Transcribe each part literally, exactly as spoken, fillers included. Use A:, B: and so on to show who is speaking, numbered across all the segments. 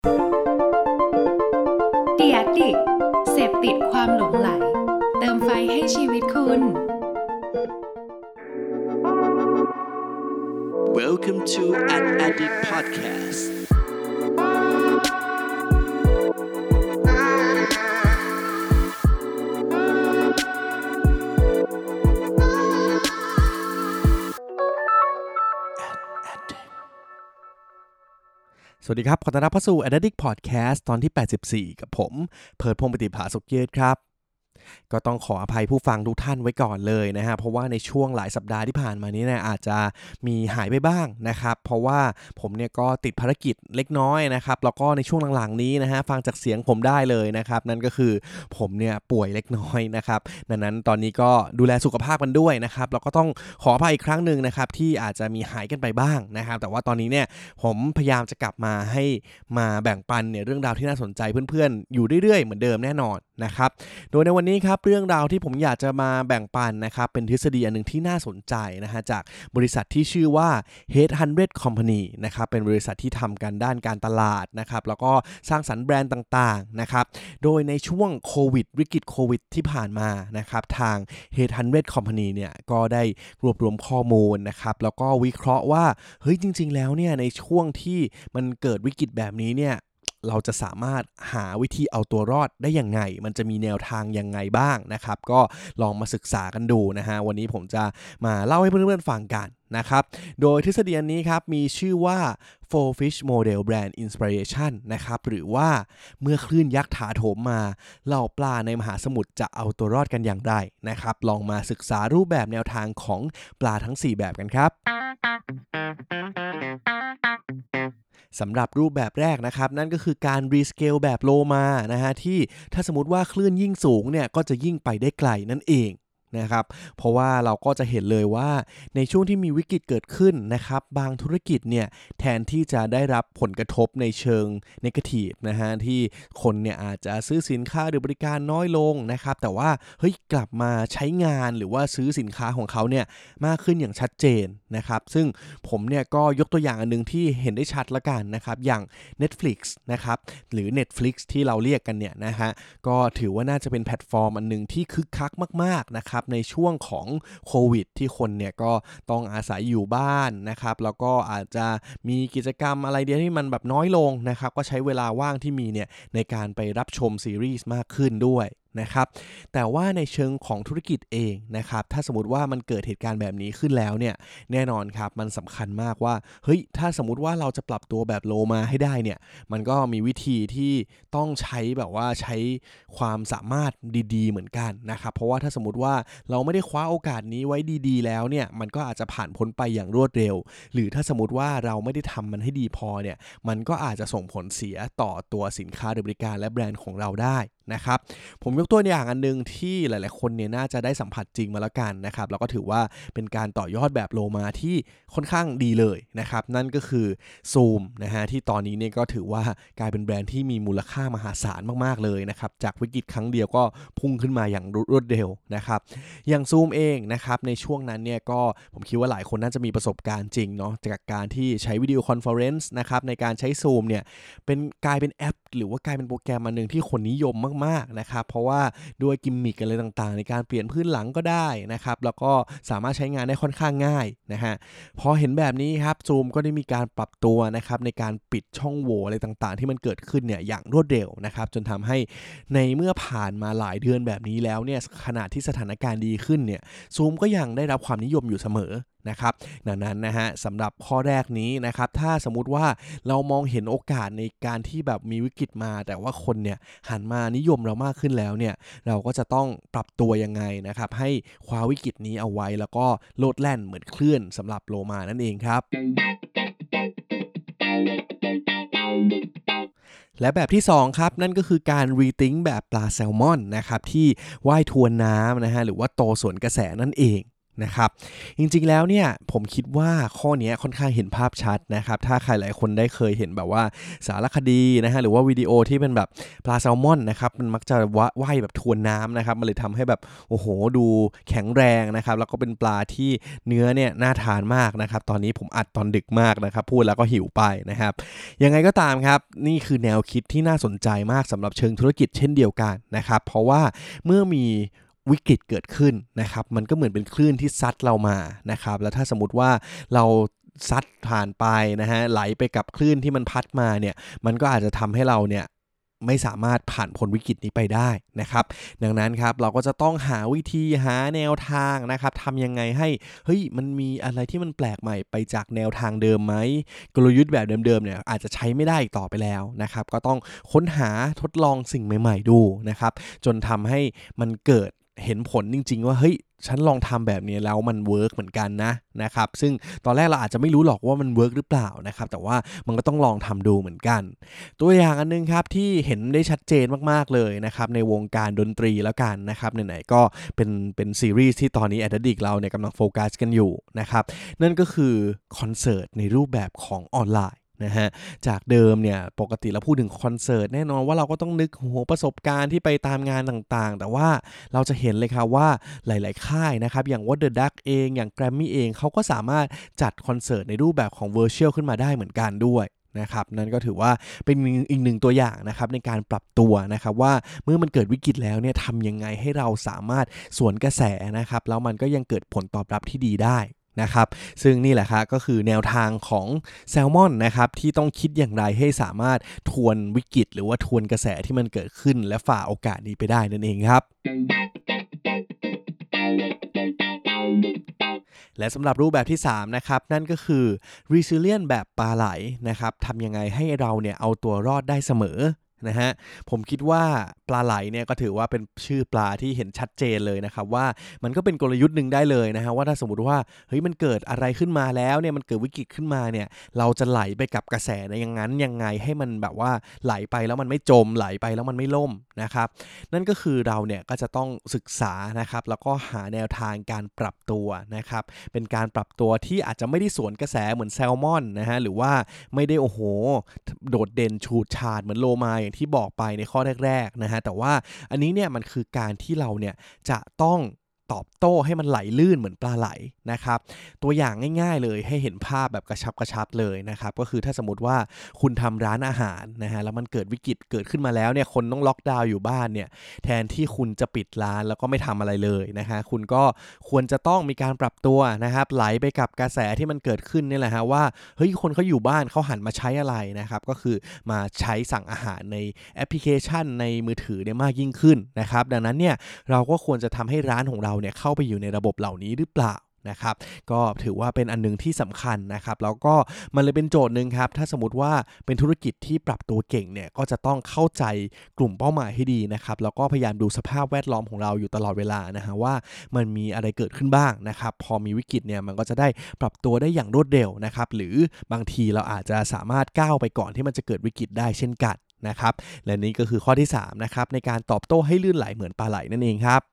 A: The Addict เสพติดความหลงใหลเติมไฟให้ชีวิตคุณ
B: Welcome to An Addict Podcast
C: สวัสดีครับขอต้อนรับเข้าสู่ An Addict Podcast ตอนที่แปดสิบสี่กับผมเพิร์ทพงษ์ปฏิภาสุขเยศครับก็ต้องขออภัยผู้ฟังทุกท่านไว้ก่อนเลยนะฮะเพราะว่าในช่วงหลายสัปดาห์ที่ผ่านมานี้เนี่ยอาจจะมีหายไปบ้างนะครับเพราะว่าผมเนี่ยก็ติดภารกิจเล็กน้อยนะครับแล้วก็ในช่วงหลังๆนี้นะฮะฟังจากเสียงผมได้เลยนะครับนั่นก็คือผมเนี่ยป่วยเล็กน้อยนะครับดังนั้นตอนนี้ก็ดูแลสุขภาพกันด้วยนะครับแล้วก็ต้องขออภัยอีกครั้งนึงนะครับที่อาจจะมีหายกันไปบ้างนะครับแต่ว่าตอนนี้เนี่ยผมพยายามจะกลับมาให้มาแบ่งปันเนี่ยเรื่องราวที่น่าสนใจเพื่อนๆอยู่เรื่อยๆเหมือนเดิมแน่นอนนะครับโดยในวันนี้ครับเรื่องราวที่ผมอยากจะมาแบ่งปันนะครับเป็นทฤษฎีอันนึงที่น่าสนใจนะฮะจากบริษัทที่ชื่อว่า เฮด ฮันเดรด Company นะครับเป็นบริษัทที่ทำกันด้านการตลาดนะครับแล้วก็สร้างสรรค์แบรนด์ต่างๆนะครับโดยในช่วงโควิดวิกฤตโควิดที่ผ่านมานะครับทาง เฮด ฮันเดรด Company เนี่ยก็ได้รวบรวมข้อมูลนะครับแล้วก็วิเคราะห์ว่าเฮ้ยจริงๆแล้วเนี่ยในช่วงที่มันเกิดวิกฤตแบบนี้เนี่ยเราจะสามารถหาวิธีเอาตัวรอดได้ยังไงมันจะมีแนวทางยังไงบ้างนะครับก็ลองมาศึกษากันดูนะฮะวันนี้ผมจะมาเล่าให้เพื่อนๆฟังกันนะครับโดยทฤษฎีนี้ครับมีชื่อว่า โฟร์ Fish Model Brand Inspiration นะครับหรือว่าเมื่อคลื่นยักษ์ถาโถมมาเหล่าปลาในมหาสมุทรจะเอาตัวรอดกันอย่างไรนะครับลองมาศึกษารูปแบบแนวทางของปลาทั้งสี่แบบกันครับสำหรับรูปแบบแรกนะครับนั่นก็คือการรีสเกลแบบโลมานะฮะที่ถ้าสมมติว่าคลื่นยิ่งสูงเนี่ยก็จะยิ่งไปได้ไกลนั่นเองนะครับเพราะว่าเราก็จะเห็นเลยว่าในช่วงที่มีวิกฤตเกิดขึ้นนะครับบางธุรกิจเนี่ยแทนที่จะได้รับผลกระทบในเชิงเนกาทีฟนะฮะที่คนเนี่ยอาจจะซื้อสินค้าหรือบริการน้อยลงนะครับแต่ว่าเฮ้ยกลับมาใช้งานหรือว่าซื้อสินค้าของเขาเนี่ยมากขึ้นอย่างชัดเจนนะครับซึ่งผมเนี่ยก็ยกตัวอย่างอันนึงที่เห็นได้ชัดละกันนะครับอย่าง Netflix นะครับหรือ Netflix ที่เราเรียกกันเนี่ยนะฮะก็ถือว่าน่าจะเป็นแพลตฟอร์มอันนึงที่คึกคักมากๆนะครับในช่วงของโควิดที่คนเนี่ยก็ต้องอาศัยอยู่บ้านนะครับแล้วก็อาจจะมีกิจกรรมอะไรเดียวที่มันแบบน้อยลงนะครับก็ใช้เวลาว่างที่มีเนี่ยในการไปรับชมซีรีส์มากขึ้นด้วยนะครับแต่ว่าในเชิงของธุรกิจเองนะครับถ้าสมมติว่ามันเกิดเหตุการณ์แบบนี้ขึ้นแล้วเนี่ยแน่นอนครับมันสำคัญมากว่าเฮ้ยถ้าสมมติว่าเราจะปรับตัวแบบโลมาให้ได้เนี่ยมันก็มีวิธีที่ต้องใช้แบบว่าใช้ความสามารถดีๆเหมือนกันนะครับเพราะว่าถ้าสมมติว่าเราไม่ได้คว้าโอกาสนี้ไว้ดีๆแล้วเนี่ยมันก็อาจจะผ่านพ้นไปอย่างรวดเร็วหรือถ้าสมมติว่าเราไม่ได้ทำมันให้ดีพอเนี่ยมันก็อาจจะส่งผลเสียต่อตัวสินค้าหรือบริการและแบรนด์ของเราได้นะครับผมยกตัวอย่างอันนึงที่หลายๆคนเนี่ยน่าจะได้สัมผัสจริงมาแล้วกันนะครับแล้วก็ถือว่าเป็นการต่อยอดแบบโลมาที่ค่อนข้างดีเลยนะครับนั่นก็คือ Zoom นะฮะที่ตอนนี้เนี่ยก็ถือว่ากลายเป็นแบรนด์ที่มีมูลค่ามหาศาลมากๆเลยนะครับจากวิกฤตครั้งเดียวก็พุ่งขึ้นมาอย่างรวดเร็วนะครับอย่าง Zoom เองนะครับในช่วงนั้นเนี่ยก็ผมคิดว่าหลายคนน่าจะมีประสบการณ์จริงเนาะจากการที่ใช้วิดีโอคอนเฟอเรนซ์นะครับในการใช้ Zoom เนี่ยเป็นกลายเป็นแอปหรือว่ากลายเป็นโปรแกรมอันนึงที่คนนิยมมากๆนะครับเพราะว่าด้วยกิมมิคอะไรต่างๆในการเปลี่ยนพื้นหลังก็ได้นะครับแล้วก็สามารถใช้งานได้ค่อนข้างง่ายนะฮะพอเห็นแบบนี้ครับ Zoom ก็ได้มีการปรับตัวนะครับในการปิดช่องโหว่อะไรต่างๆที่มันเกิดขึ้นเนี่ยอย่างรวดเร็วนะครับจนทำให้ในเมื่อผ่านมาหลายเดือนแบบนี้แล้วเนี่ยขณะที่สถานการณ์ดีขึ้นเนี่ย Zoom ก็ยังได้รับความนิยมอยู่เสมอนะครับดังนั้นนะฮะสำหรับข้อแรกนี้นะครับถ้าสมมุติว่าเรามองเห็นโอกาสในการที่แบบมีวิกฤตมาแต่ว่าคนเนี่ยหันมานิยมเรามากขึ้นแล้วเนี่ยเราก็จะต้องปรับตัวยังไงนะครับให้คว้าวิกฤตนี้เอาไว้แล้วก็โลดแล่นเหมือนคลื่นสำหรับโลมานั่นเองครับและแบบที่สองครับนั่นก็คือการรีทิงค์แบบปลาแซลมอนนะครับที่ว่ายทวนน้ำนะฮะหรือว่าโตสวนกระแสนั่นเองนะครับจริงๆแล้วเนี่ยผมคิดว่าข้อนี้ค่อนข้างเห็นภาพชัดนะครับถ้าใครหลายคนได้เคยเห็นแบบว่าสารคดีนะฮะหรือว่าวิดีโอที่เป็นแบบปลาแซลมอนนะครับมันมักจะว่ายแบบทวนน้ำนะครับมันเลยทำให้แบบโอ้โหดูแข็งแรงนะครับแล้วก็เป็นปลาที่เนื้อเนี่ยน่าทานมากนะครับตอนนี้ผมอัดตอนดึกมากนะครับพูดแล้วก็หิวไปนะครับยังไงก็ตามครับนี่คือแนวคิดที่น่าสนใจมากสำหรับเชิงธุรกิจเช่นเดียวกันนะครับเพราะว่าเมื่อมีวิกฤตเกิดขึ้นนะครับมันก็เหมือนเป็นคลื่นที่ซัดเรามานะครับแล้วถ้าสมมติว่าเราซัดผ่านไปนะฮะไหลไปกับคลื่นที่มันพัดมาเนี่ยมันก็อาจจะทำให้เราเนี่ยไม่สามารถผ่านพ้นวิกฤตนี้ไปได้นะครับดังนั้นครับเราก็จะต้องหาวิธีหาแนวทางนะครับทำยังไงให้เฮ้ยมันมีอะไรที่มันแปลกใหม่ไปจากแนวทางเดิมไหมกลยุทธ์แบบเดิมๆเนี่ยอาจจะใช้ไม่ได้อีกต่อไปแล้วนะครับก็ต้องค้นหาทดลองสิ่งใหม่ๆดูนะครับจนทำให้มันเกิดเห็นผลจริงๆว่าเฮ้ยฉันลองทำแบบนี้แล้วมันเวิร์กเหมือนกันนะนะครับซึ่งตอนแรกเราอาจจะไม่รู้หรอกว่ามันเวิร์กหรือเปล่านะครับแต่ว่ามันก็ต้องลองทำดูเหมือนกันตัวอย่างอันนึงครับที่เห็นได้ชัดเจนมากๆเลยนะครับในวงการดนตรีแล้วกันนะครับไหนๆก็เป็นเป็นซีรีส์ที่ตอนนี้ Addict เราเนี่ยกำลังโฟกัสกันอยู่นะครับนั่นก็คือคอนเสิร์ตในรูปแบบของออนไลน์นะฮะจากเดิมเนี่ยปกติเราพูดถึงคอนเสิร์ตแน่นอนว่าเราก็ต้องนึกโหประสบการณ์ที่ไปตามงานต่างๆแต่ว่าเราจะเห็นเลยครับว่าหลายๆค่ายนะครับอย่าง What the Duck เองอย่าง Grammy เองเขาก็สามารถจัดคอนเสิร์ตในรูปแบบของ Virtual ขึ้นมาได้เหมือนกันด้วยนะครับนั่นก็ถือว่าเป็นอีกหนึ่งตัวอย่างนะครับในการปรับตัวนะครับว่าเมื่อมันเกิดวิกฤตแล้วเนี่ยทำยังไงให้เราสามารถสวนกระแสนะครับแล้วมันก็ยังเกิดผลตอบรับที่ดีได้นะครับซึ่งนี่แหละครับก็คือแนวทางของแซลมอนนะครับที่ต้องคิดอย่างไรให้สามารถทวนวิกฤตหรือว่าทวนกระแสที่มันเกิดขึ้นและฝ่าโอกาสนี้ไปได้นั่นเองครับและสำหรับรูปแบบที่สามนะครับนั่นก็คือ resilient แบบปลาไหลนะครับทำยังไงให้เราเนี่ยเอาตัวรอดได้เสมอนะฮะผมคิดว่าปลาไหลเนี่ยก็ถือว่าเป็นชื่อปลาที่เห็นชัดเจนเลยนะครับว่ามันก็เป็นกลยุทธ์หนึ่งได้เลยนะฮะว่าถ้าสมมติว่าเฮ้ยมันเกิดอะไรขึ้นมาแล้วเนี่ยมันเกิดวิกฤตขึ้นมาเนี่ยเราจะไหลไปกับกระแสในอย่างนั้นยังไงให้มันแบบว่าไหลไปแล้วมันไม่จมไหลไปแล้วมันไม่ล่มนะครับนั่นก็คือเราเนี่ยก็จะต้องศึกษานะครับแล้วก็หาแนวทางการปรับตัวนะครับเป็นการปรับตัวที่อาจจะไม่ได้สวนกระแสเหมือนแซลมอนนะฮะหรือว่าไม่ได้โอ้โหโดดเด่นฉูดฉาดเหมือนโลมาที่บอกไปในข้อแรกๆนะฮะแต่ว่าอันนี้เนี่ยมันคือการที่เราเนี่ยจะต้องตอบโต้ให้มันไหลลื่นเหมือนปลาไหลนะครับตัวอย่างง่ายๆเลยให้เห็นภาพแบบกระชับกระชับเลยนะครับก็คือถ้าสมมติว่าคุณทำร้านอาหารนะฮะแล้วมันเกิดวิกฤตเกิดขึ้นมาแล้วเนี่ยคนต้องล็อกดาวน์อยู่บ้านเนี่ยแทนที่คุณจะปิดร้านแล้วก็ไม่ทำอะไรเลยนะฮะคุณก็ควรจะต้องมีการปรับตัวนะครับไหลไปกับกระแสที่มันเกิดขึ้นนี่แหละฮะว่าเฮ้ยคนเขาอยู่บ้านเขาหันมาใช้อะไรนะครับก็คือมาใช้สั่งอาหารในแอปพลิเคชันในมือถือเนี่ยมากยิ่งขึ้นนะครับดังนั้นเนี่ยเราก็ควรจะทำให้ร้านของเราเนี่ยเข้าไปอยู่ในระบบเหล่านี้หรือเปล่านะครับก็ถือว่าเป็นอันนึงที่สำคัญนะครับแล้วก็มันเลยเป็นโจทย์นึงครับถ้าสมมติว่าเป็นธุรกิจที่ปรับตัวเก่งเนี่ยก็จะต้องเข้าใจกลุ่มเป้าหมายให้ดีนะครับแล้วก็พยายามดูสภาพแวดล้อมของเราอยู่ตลอดเวลานะฮะว่ามันมีอะไรเกิดขึ้นบ้างนะครับพอมีวิกฤตเนี่ยมันก็จะได้ปรับตัวได้อย่างรวดเร็วนะครับหรือบางทีเราอาจจะสามารถก้าวไปก่อนที่มันจะเกิดวิกฤตได้เช่นกันนะครับและนี่ก็คือข้อที่สามนะครับในการตอบโต้ให้ลื่นไหลเหมือนปลาไหลนั่นเองครับ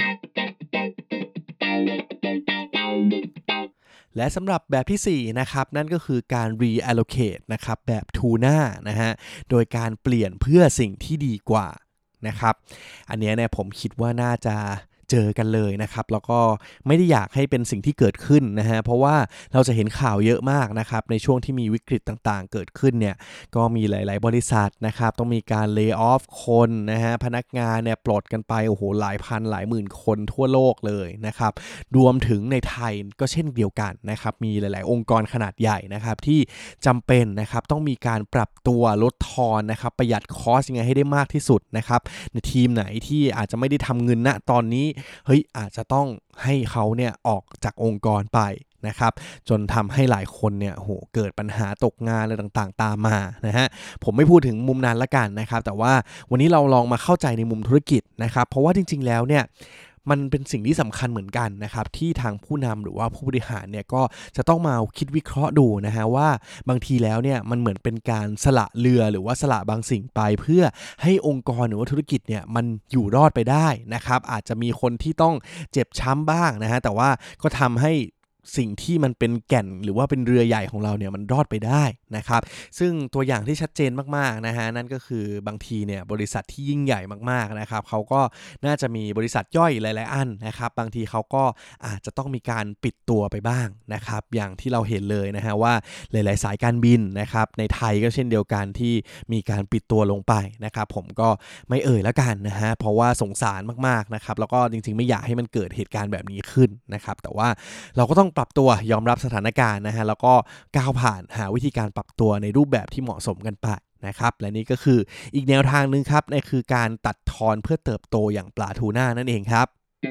C: และสำหรับแบบที่สี่นะครับนั่นก็คือการ reallocate นะครับแบบทูน่านะฮะโดยการเปลี่ยนเพื่อสิ่งที่ดีกว่านะครับอันนี้เนี่ยผมคิดว่าน่าจะเจอกันเลยนะครับแล้วก็ไม่ได้อยากให้เป็นสิ่งที่เกิดขึ้นนะฮะเพราะว่าเราจะเห็นข่าวเยอะมากนะครับในช่วงที่มีวิกฤตต่างๆเกิดขึ้นเนี่ยก็มีหลายๆบริษัทนะครับต้องมีการ lay off คนนะฮะพนักงานเนี่ยปลดกันไปโอ้โหหลายพันหลายหมื่นคนทั่วโลกเลยนะครับรวมถึงในไทยก็เช่นเดียวกันนะครับมีหลายๆองค์กรขนาดใหญ่นะครับที่จำเป็นนะครับต้องมีการปรับตัวลดทอนนะครับประหยัดคอสยังไงให้ได้มากที่สุดนะครับในทีมไหนที่อาจจะไม่ได้ทำเงินณตอนนี้เฮ้ยอาจจะต้องให้เขาเนี่ยออกจากองค์กรไปนะครับจนทำให้หลายคนเนี่ยโหเกิดปัญหาตกงานอะไรต่างๆตามมานะฮะผมไม่พูดถึงมุมนั้นละกันนะครับแต่ว่าวันนี้เราลองมาเข้าใจในมุมธุรกิจนะครับเพราะว่าจริงๆแล้วเนี่ยมันเป็นสิ่งที่สำคัญเหมือนกันนะครับที่ทางผู้นำหรือว่าผู้บริหารเนี่ยก็จะต้องมาคิดวิเคราะห์ดูนะฮะว่าบางทีแล้วเนี่ยมันเหมือนเป็นการสละเรือหรือว่าสละบางสิ่งไปเพื่อให้องค์กรหรือว่าธุรกิจเนี่ยมันอยู่รอดไปได้นะครับอาจจะมีคนที่ต้องเจ็บช้ำบ้างนะฮะแต่ว่าก็ทำให้สิ่งที่มันเป็นแก่นหรือว่าเป็นเรือใหญ่ของเราเนี่ยมันรอดไปได้นะครับซึ่งตัวอย่างที่ชัดเจนมากๆนะฮะนั่นก็คือบางทีเนี่ยบริษัทที่ยิ่งใหญ่มากๆนะครับเขาก็น่าจะมีบริษัทย่อยหลายๆอันนะครับบางทีเขาก็อาจจะต้องมีการปิดตัวไปบ้างนะครับอย่างที่เราเห็นเลยนะฮะว่าหลายๆสายการบินนะครับในไทยก็เช่นเดียวกันที่มีการปิดตัวลงไปนะครับผมก็ไม่เอ่ยแล้วกันนะฮะเพราะว่าสงสารมากๆนะครับแล้วก็จริงๆไม่อยากให้มันเกิดเหตุการณ์แบบนี้ขึ้นนะครับแต่ว่าเราก็ต้องปรับตัวยอมรับสถานการณ์นะฮะแล้วก็ก้าวผ่านหาวิธีการปรับตัวในรูปแบบที่เหมาะสมกันไปนะครับและนี่ก็คืออีกแนวทางนึงครับนั่นคือการตัดทอนเพื่อเติบโตอย่างปลาทูน่านั่นเองครับ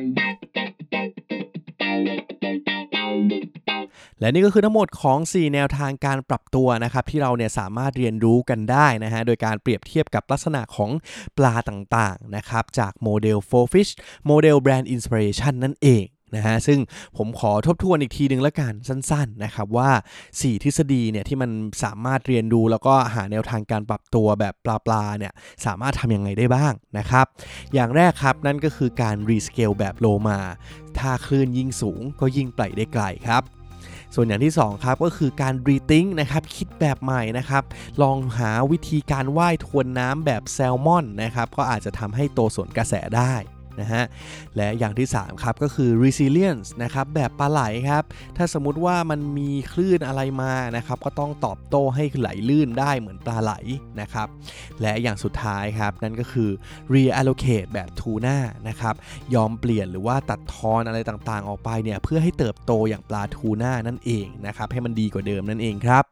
C: และนี่ก็คือทั้งหมดของสี่แนวทางการปรับตัวนะครับที่เราเนี่ยสามารถเรียนรู้กันได้นะฮะโดยการเปรียบเทียบกับลักษณะของปลาต่างๆนะครับจากโมเดล โฟร์ ฟิช โมเดล Brand Inspiration นั่นเองนะฮะซึ่งผมขอทบทวนอีกทีนึงแล้วกันสั้นๆนะครับว่าสี่ทฤษฎีเนี่ยที่มันสามารถเรียนรู้แล้วก็หาแนวทางการปรับตัวแบบปลาๆเนี่ยสามารถทำยังไงได้บ้างนะครับอย่างแรกครับนั่นก็คือการรีสเกลแบบโลมาถ้าคลื่นยิ่งสูงก็ยิ่งไปได้ไกลครับส่วนอย่างที่สองครับก็คือการรีทิงนะครับคิดแบบใหม่นะครับลองหาวิธีการว่ายทวนน้ำแบบแซลมอนนะครับก็อาจจะทำให้โตสวนกระแสได้นะฮะและอย่างที่สามครับก็คือ resilience นะครับแบบปลาไหลครับถ้าสมมุติว่ามันมีคลื่นอะไรมานะครับก็ต้องตอบโต้ให้ไหลลื่นได้เหมือนปลาไหลนะครับและอย่างสุดท้ายครับนั่นก็คือ reallocate แบบทูน่านะครับยอมเปลี่ยนหรือว่าตัดทอนอะไรต่างๆออกไปเนี่ยเพื่อให้เติบโตอย่างปลาทูน่านั่นเองนะครับให้มันดีกว่าเดิมนั่นเองครับ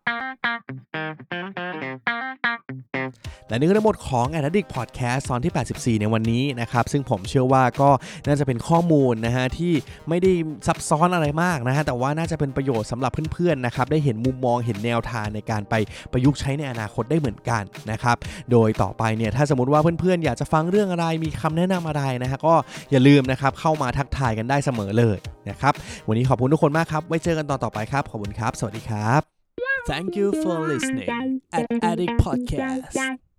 C: และนี่คือทั้งหมดของ Addict Podcast ตอนที่แปดสิบสี่ในวันนี้นะครับซึ่งผมเชื่อว่าก็น่าจะเป็นข้อมูลนะฮะที่ไม่ได้ซับซ้อนอะไรมากนะฮะแต่ว่าน่าจะเป็นประโยชน์สำหรับเพื่อนๆนะครับได้เห็นมุมมองเห็นแนวทางในการไปประยุกต์ใช้ในอนาคตได้เหมือนกันนะครับโดยต่อไปเนี่ยถ้าสมมุติว่าเพื่อนๆอยากจะฟังเรื่องอะไรมีคำแนะนำอะไรนะฮะก็อย่าลืมนะครับเข้ามาทักทายกันได้เสมอเลยนะครับวันนี้ขอบคุณทุกคนมากครับไว้เจอกันตอนต่อไปครับขอบคุณครับสวัสดีครับ
B: Thank you for listening at Addict Podcast